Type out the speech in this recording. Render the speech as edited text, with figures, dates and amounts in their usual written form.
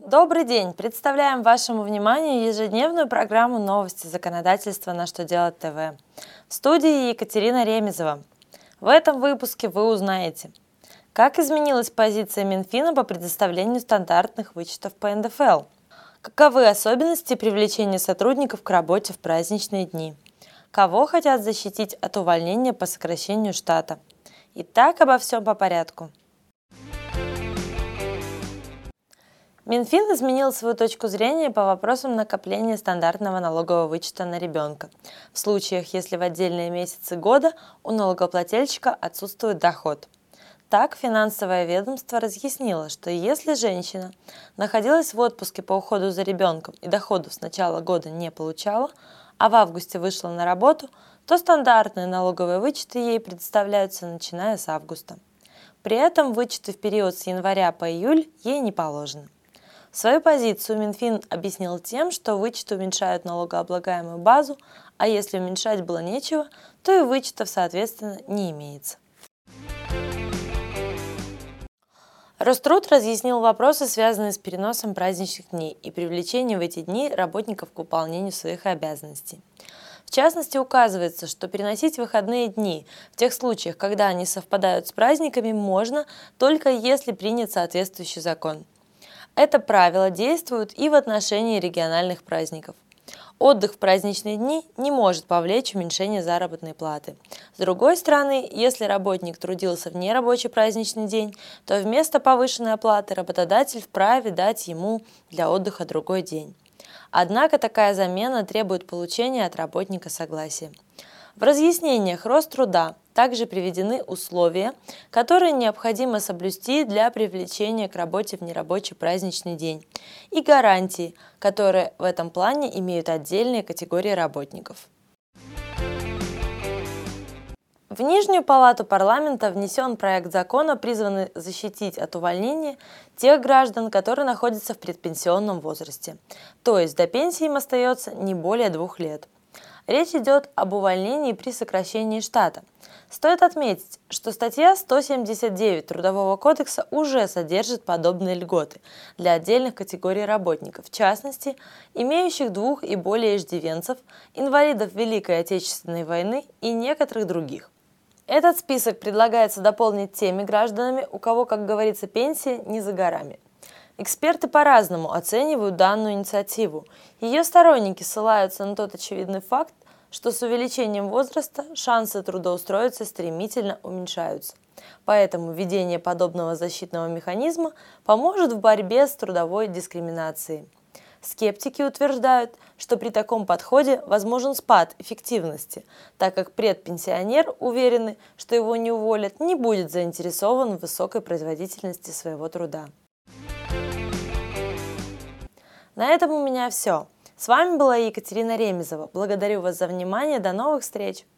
Добрый день! Представляем вашему вниманию ежедневную программу «Новости законодательства. На что делать ТВ». В студии Екатерина Ремезова. В этом выпуске вы узнаете, как изменилась позиция Минфина по предоставлению стандартных вычетов по НДФЛ, каковы особенности привлечения сотрудников к работе в праздничные дни, кого хотят защитить от увольнения по сокращению штата. Итак, обо всем по порядку. Минфин изменил свою точку зрения по вопросам накопления стандартного налогового вычета на ребенка в случаях, если в отдельные месяцы года у налогоплательщика отсутствует доход. Так, финансовое ведомство разъяснило, что если женщина находилась в отпуске по уходу за ребенком и доходов с начала года не получала, а в августе вышла на работу, то стандартные налоговые вычеты ей предоставляются начиная с августа. При этом вычеты в период с января по июль ей не положены. Свою позицию Минфин объяснил тем, что вычеты уменьшают налогооблагаемую базу, а если уменьшать было нечего, то и вычетов, соответственно, не имеется. Роструд разъяснил вопросы, связанные с переносом праздничных дней и привлечением в эти дни работников к выполнению своих обязанностей. В частности, указывается, что переносить выходные дни в тех случаях, когда они совпадают с праздниками, можно, только если принят соответствующий закон. Это правило действует и в отношении региональных праздников. Отдых в праздничные дни не может повлечь уменьшение заработной платы. С другой стороны, если работник трудился в нерабочий праздничный день, то вместо повышенной оплаты работодатель вправе дать ему для отдыха другой день. Однако такая замена требует получения от работника согласия. В разъяснениях Роструда также приведены условия, которые необходимо соблюсти для привлечения к работе в нерабочий праздничный день, и гарантии, которые в этом плане имеют отдельные категории работников. В Нижнюю палату парламента внесен проект закона, призванный защитить от увольнения тех граждан, которые находятся в предпенсионном возрасте, то есть до пенсии им остается не более 2 лет. Речь идет об увольнении при сокращении штата. Стоит отметить, что статья 179 Трудового кодекса уже содержит подобные льготы для отдельных категорий работников, в частности, имеющих 2 и более иждивенцев, инвалидов Великой Отечественной войны и некоторых других. Этот список предлагается дополнить теми гражданами, у кого, как говорится, пенсия не за горами. Эксперты по-разному оценивают данную инициативу. Ее сторонники ссылаются на тот очевидный факт, что с увеличением возраста шансы трудоустроиться стремительно уменьшаются. Поэтому введение подобного защитного механизма поможет в борьбе с трудовой дискриминацией. Скептики утверждают, что при таком подходе возможен спад эффективности, так как предпенсионер, уверенный, что его не уволят, не будет заинтересован в высокой производительности своего труда. На этом у меня все. С вами была Екатерина Ремезова. Благодарю вас за внимание. До новых встреч!